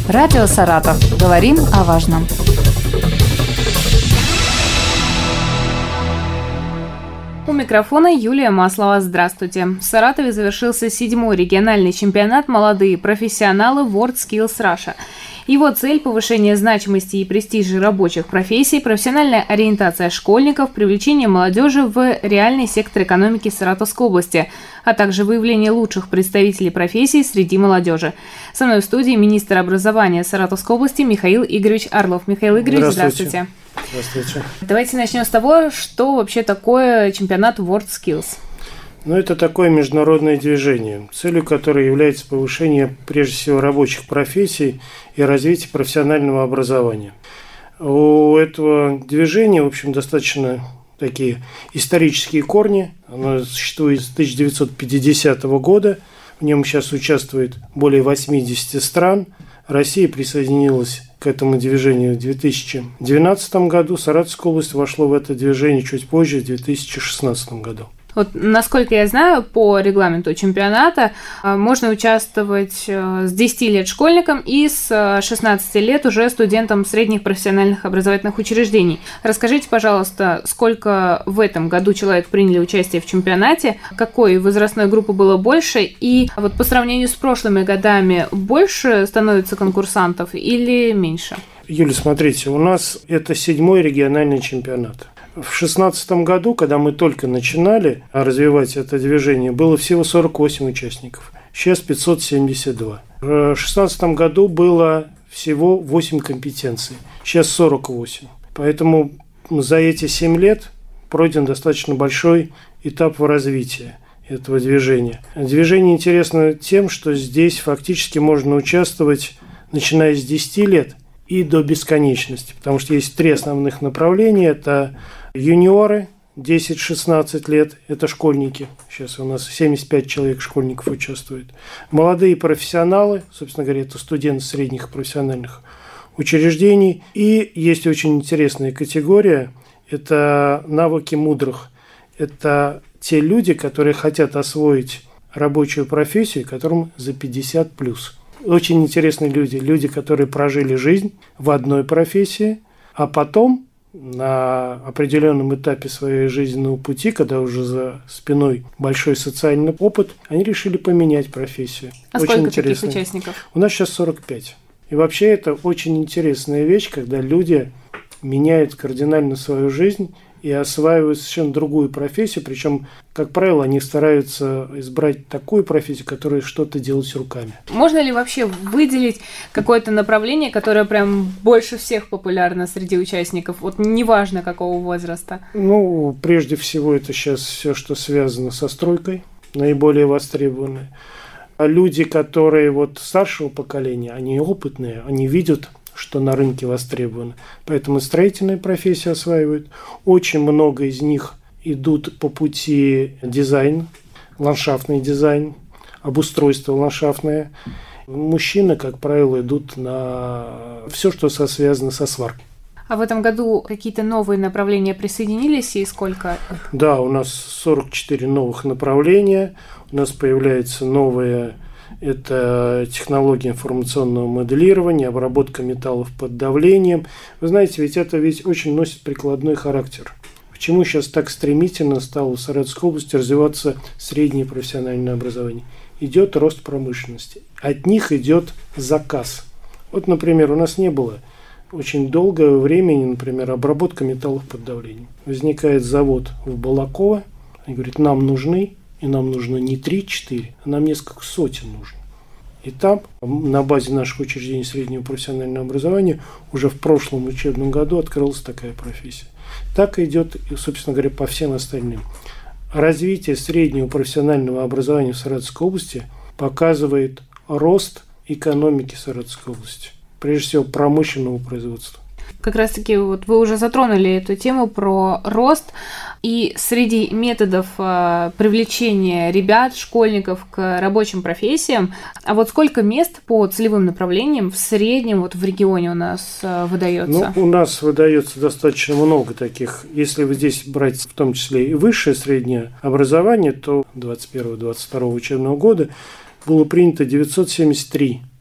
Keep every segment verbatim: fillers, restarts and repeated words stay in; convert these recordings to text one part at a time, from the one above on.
Радио «Саратов». Говорим о важном. У микрофона Юлия Маслова. Здравствуйте. В Саратове завершился седьмой региональный чемпионат «Молодые профессионалы WorldSkills Russia». Его цель – повышение значимости и престижа рабочих профессий, профессиональная ориентация школьников, привлечение молодежи в реальный сектор экономики Саратовской области, а также выявление лучших представителей профессий среди молодежи. Со мной в студии министр образования Саратовской области Михаил Игоревич Орлов. Михаил Игоревич, здравствуйте. Здравствуйте. Давайте начнем с того, что вообще такое чемпионат WorldSkills. Ну, это такое международное движение, целью которого является повышение, прежде всего, рабочих профессий и развитие профессионального образования. У этого движения, в общем, достаточно такие исторические корни. Оно существует с тысяча девятьсот пятидесятого года. В нем сейчас участвует более восьмидесяти стран. Россия присоединилась к этому движению в две тысячи двенадцатом году. Саратовская область вошла в это движение чуть позже, в две тысячи шестнадцатом году. Вот, насколько я знаю, по регламенту чемпионата можно участвовать с десяти лет школьником и с шестнадцати лет уже студентом средних профессиональных образовательных учреждений. Расскажите, пожалуйста, сколько в этом году человек приняли участие в чемпионате, какой возрастной группы было больше, и вот по сравнению с прошлыми годами больше становится конкурсантов или меньше? Юля, смотрите, у нас это седьмой региональный чемпионат. В две тысячи шестнадцатом году, когда мы только начинали развивать это движение, было всего сорок восемь участников. Сейчас пятьсот семьдесят два. В две тысячи шестнадцатом году было всего восемь компетенций. Сейчас сорок восемь. Поэтому за эти семь лет пройден достаточно большой этап в развитии этого движения. Движение интересно тем, что здесь фактически можно участвовать, начиная с десяти лет и до бесконечности. Потому что есть три основных направления. Это юниоры десять-шестнадцать лет, это школьники. Сейчас у нас семьдесят пять человек школьников участвует. Молодые профессионалы, собственно говоря, это студенты средних профессиональных учреждений. И есть очень интересная категория, это навыки мудрых. Это те люди, которые хотят освоить рабочую профессию, которым за пятьдесят плюс. Очень интересные люди, люди, которые прожили жизнь в одной профессии, а потом на определенном этапе своего жизненного пути, когда уже за спиной большой социальный опыт, они решили поменять профессию. А очень сколько интересно. Таких участников? У нас сейчас сорок пять. И вообще это очень интересная вещь, когда люди меняют кардинально свою жизнь и осваивают совершенно другую профессию. Причем, как правило, они стараются избрать такую профессию, которая что-то делать руками. Можно ли вообще выделить какое-то направление, которое прям больше всех популярно среди участников? Вот неважно, какого возраста. Ну, прежде всего, это сейчас все, что связано со стройкой, наиболее востребованное. А люди, которые вот старшего поколения, они опытные, они видят, что на рынке востребовано. Поэтому строительные профессии осваивают. Очень много из них идут по пути дизайн, ландшафтный дизайн, обустройство ландшафтное. Мужчины, как правило, идут на все, что связано со сваркой. А в этом году какие-то новые направления присоединились и сколько? Да, у нас сорок четыре новых направления. У нас появляется новая Это технология информационного моделирования, обработка металлов под давлением. Вы знаете, ведь это ведь очень носит прикладной характер. Почему сейчас так стремительно стало в Саратовской области развиваться среднее профессиональное образование? Идет рост промышленности. От них идет заказ. Вот, например, у нас не было очень долгое время, например, обработка металлов под давлением. Возникает завод в Балаково, они говорят, нам нужны. И нам нужно не три-четыре, а нам несколько сотен нужно. И там, на базе наших учреждений среднего профессионального образования, уже в прошлом учебном году открылась такая профессия. Так идет, собственно говоря, по всем остальным. Развитие среднего профессионального образования в Саратовской области показывает рост экономики Саратовской области. Прежде всего, промышленного производства. Как раз-таки вот вы уже затронули эту тему про рост. И среди методов э, привлечения ребят, школьников к рабочим профессиям, а вот сколько мест по целевым направлениям в среднем вот в регионе у нас э, выдается? Ну, у нас выдается достаточно много таких. Если вы здесь брать в том числе и высшее среднее образование, то двадцать первого - двадцать второго учебного года было принято девятьсот семьдесят три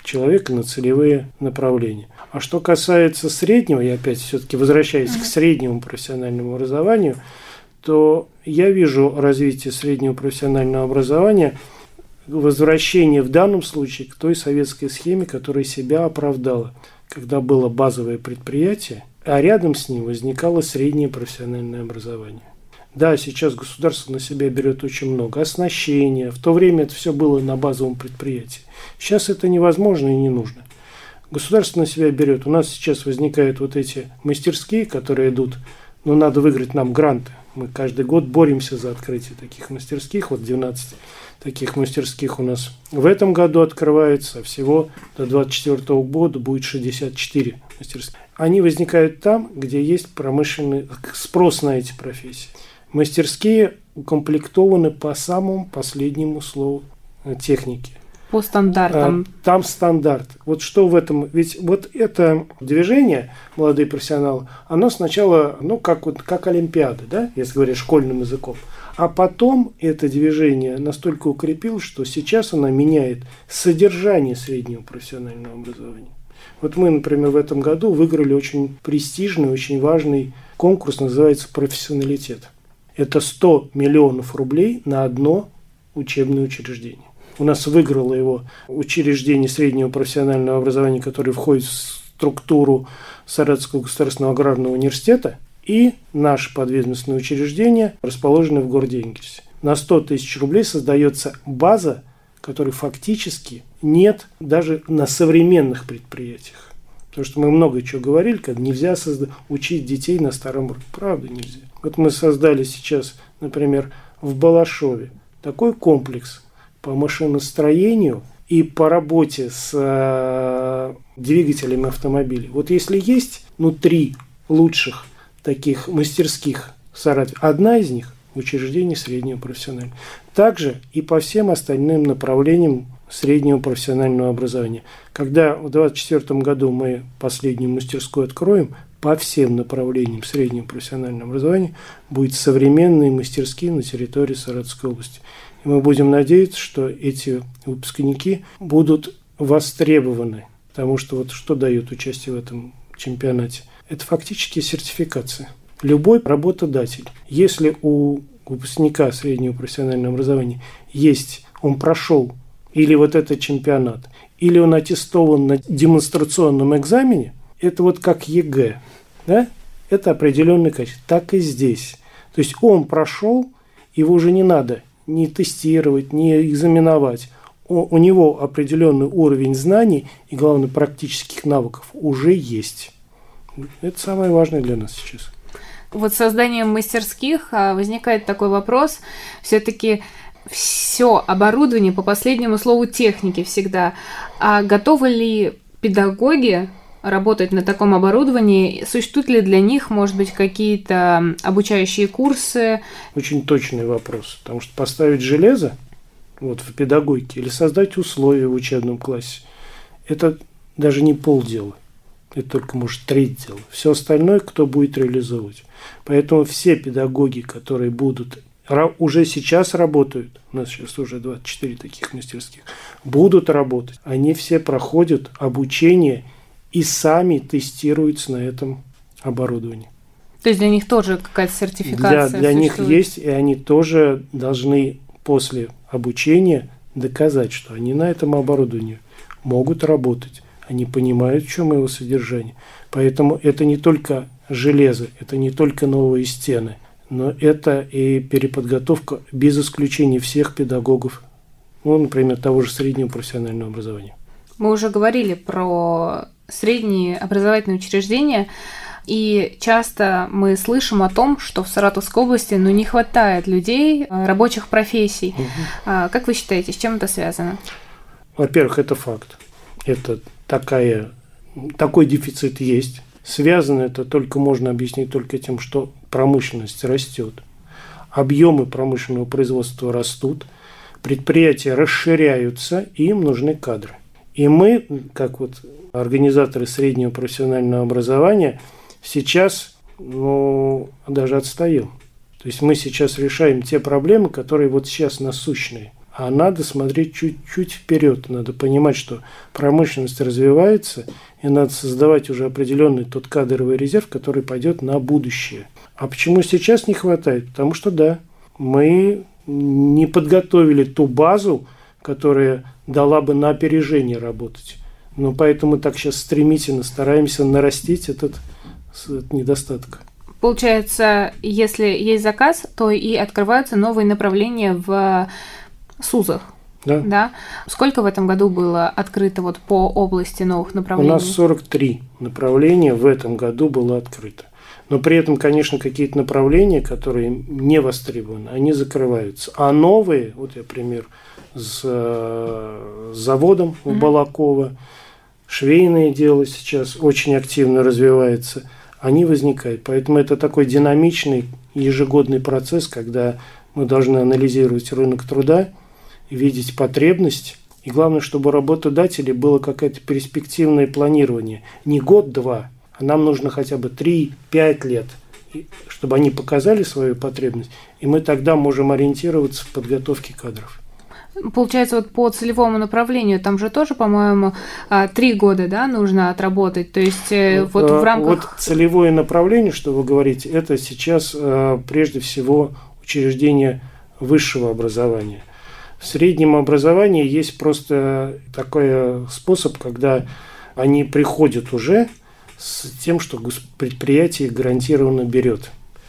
человека на целевые направления. А что касается среднего, я опять все-таки возвращаюсь mm-hmm. к среднему профессиональному образованию, то я вижу развитие среднего профессионального образования, возвращение в данном случае к той советской схеме, которая себя оправдала, когда было базовое предприятие, а рядом с ним возникало среднее профессиональное образование. Да, сейчас государство на себя берет очень много оснащения. В то время это все было на базовом предприятии. Сейчас это невозможно и не нужно. Государство на себя берет. У нас сейчас возникают вот эти мастерские, которые идут. Но надо выиграть нам гранты. Мы каждый год боремся за открытие таких мастерских. Вот двенадцать таких мастерских у нас в этом году открывается. Всего до двадцать четвёртого года будет шестьдесят четыре мастерских. Они возникают там, где есть промышленный спрос на эти профессии. Мастерские укомплектованы по самому последнему слову техники. По стандартам. Там стандарт. Вот что в этом... Ведь вот это движение, молодые профессионалы, оно сначала, ну, как, вот, как Олимпиада, да, если говорить школьным языком. А потом это движение настолько укрепилось, что сейчас оно меняет содержание среднего профессионального образования. Вот мы, например, в этом году выиграли очень престижный, очень важный конкурс, называется «Профессионалитет». Это сто миллионов рублей на одно учебное учреждение. У нас выиграло его учреждение среднего профессионального образования, которое входит в структуру Саратовского государственного аграрного университета, и наше подведомственное учреждение, расположенное в городе Энгельсе. На сто тысяч рублей создается база, которой фактически нет даже на современных предприятиях. Потому что мы много чего говорили, как нельзя созда- учить детей на старом уровне. Правда, нельзя. Вот мы создали сейчас, например, в Балашове такой комплекс по машиностроению и по работе с э, двигателями автомобилей. Вот если есть, ну, три лучших таких мастерских в Саратове, одна из них в учреждении среднего профессионального. Также и по всем остальным направлениям среднего профессионального образования. Когда в двадцать четвёртом году мы последнюю мастерскую откроем, по всем направлениям среднего профессионального образования будет современные мастерские на территории Саратовской области. И мы будем надеяться, что эти выпускники будут востребованы, потому что вот что дает участие в этом чемпионате? Это фактически сертификация. Любой работодатель, если у выпускника среднего профессионального образования есть, он прошел или вот этот чемпионат, или он аттестован на демонстрационном экзамене, это вот как ЕГЭ, да? Это определенное качество. Так и здесь. То есть он прошел, его уже не надо ни тестировать, ни экзаменовать. У, у него определенный уровень знаний и, главное, практических навыков уже есть. Это самое важное для нас сейчас. Вот с созданием мастерских возникает такой вопрос. Все-таки все оборудование по последнему слову техники всегда. А готовы ли педагоги работать на таком оборудовании? Существуют ли для них, может быть, какие-то обучающие курсы? Очень точный вопрос. Потому что поставить железо вот, в педагогике или создать условия в учебном классе, это даже не полдела. Это только, может, треть дела. Все остальное кто будет реализовывать. Поэтому все педагоги, которые будут уже сейчас работают, у нас сейчас уже двадцать четыре таких мастерских, будут работать. Они все проходят обучение и сами тестируются на этом оборудовании. То есть для них тоже какая-то сертификация Для, для них есть, и они тоже должны после обучения доказать, что они на этом оборудовании могут работать. Они понимают, в чем его содержание. Поэтому это не только железо, это не только новые стены, но это и переподготовка без исключения всех педагогов, ну, например, того же среднего профессионального образования. Мы уже говорили про средние образовательные учреждения, и часто мы слышим о том, что в Саратовской области ну, не хватает людей, рабочих профессий. Угу. Как вы считаете, с чем это связано? Во-первых, это факт. Это такая, такой дефицит есть. Связано это только можно объяснить только тем, что промышленность растет, объемы промышленного производства растут, предприятия расширяются, и им нужны кадры. И мы, как вот организаторы среднего профессионального образования, сейчас ну, даже отстаем. То есть мы сейчас решаем те проблемы, которые вот сейчас насущные. А надо смотреть чуть-чуть вперед. Надо понимать, что промышленность развивается, и надо создавать уже определенный тот кадровый резерв, который пойдет на будущее. А почему сейчас не хватает? Потому что, да, мы не подготовили ту базу, которая дала бы на опережение работать. Но поэтому так сейчас стремительно стараемся нарастить этот, этот недостаток. Получается, если есть заказ, то и открываются новые направления в СУЗах. Да. Да? Сколько в этом году было открыто вот по области новых направлений? У нас сорок три направления в этом году было открыто. Но при этом, конечно, какие-то направления, которые не востребованы, они закрываются. А новые, вот я пример с, с заводом у mm-hmm. Балакова, швейное дело сейчас очень активно развивается, они возникают. Поэтому это такой динамичный ежегодный процесс, когда мы должны анализировать рынок труда, видеть потребность. И главное, чтобы у работодателей было какое-то перспективное планирование. Не год-два, а нам нужно хотя бы три-пять лет, чтобы они показали свою потребность. И мы тогда можем ориентироваться в подготовке кадров. Получается, вот по целевому направлению там же тоже, по-моему, три года, да, нужно отработать. То есть вот, вот в рамках... Вот целевое направление, что вы говорите, это сейчас прежде всего учреждение высшего образования. В среднем образовании есть просто такой способ, когда они приходят уже с тем, что предприятие гарантированно берет.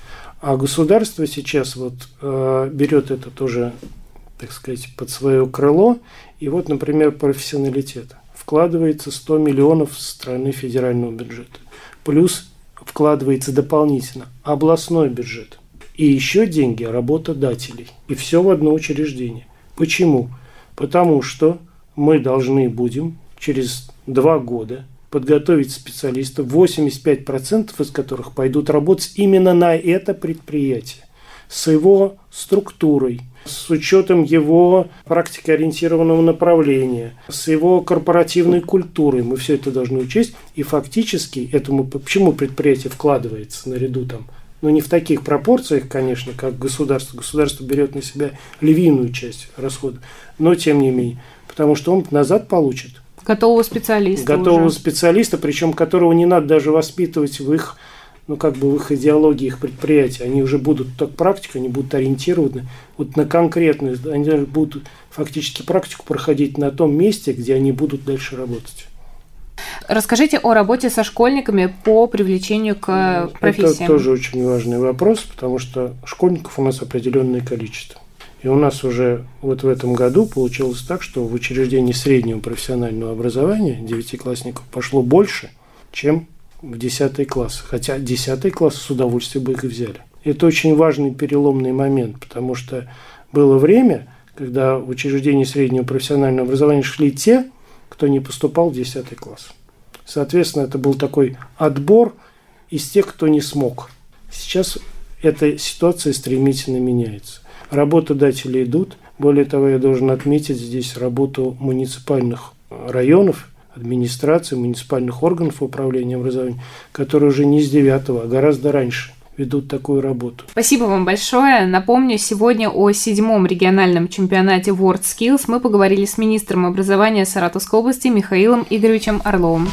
А государство сейчас вот э, берет это тоже, так сказать, под свое крыло. И вот, например, профессионалитет. Вкладывается сто миллионов со стороны федерального бюджета. Плюс вкладывается дополнительно областной бюджет. И еще деньги работодателей. И все в одно учреждение. Почему? Потому что мы должны будем через два года подготовить специалистов, восемьдесят пять процентов из которых пойдут работать именно на это предприятие. С его структурой, с учетом его практикоориентированного направления, с его корпоративной культурой. Мы все это должны учесть. И фактически этому, почему предприятие вкладывается наряду там, но не в таких пропорциях, конечно, как государство. Государство берет на себя львиную часть расходов, но тем не менее, потому что он назад получит. Готового специалиста. Готового уже. специалиста, причем которого не надо даже воспитывать в их, ну, как бы в их идеологии, их предприятия. Они уже будут так практику, они будут ориентированы вот на конкретную, они даже будут фактически практику проходить на том месте, где они будут дальше работать. Расскажите о работе со школьниками по привлечению к профессиям. Это тоже очень важный вопрос, потому что школьников у нас определенное количество. И у нас уже вот в этом году получилось так, что в учреждении среднего профессионального образования девятиклассников пошло больше, чем в десятый класс. Хотя десятый класс с удовольствием бы их взяли. Это очень важный переломный момент, потому что было время, когда в учреждении среднего профессионального образования шли те, кто не поступал в десятый класс. Соответственно, это был такой отбор из тех, кто не смог. Сейчас эта ситуация стремительно меняется. Работодатели идут. Более того, я должен отметить здесь работу муниципальных районов, администрации, муниципальных органов управления образованием, которые уже не с девятого, а гораздо раньше ведут такую работу. Спасибо вам большое. Напомню, сегодня о седьмом региональном чемпионате WorldSkills мы поговорили с министром образования Саратовской области Михаилом Игоревичем Орловым.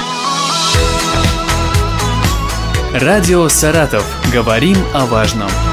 Радио «Саратов». Говорим о важном.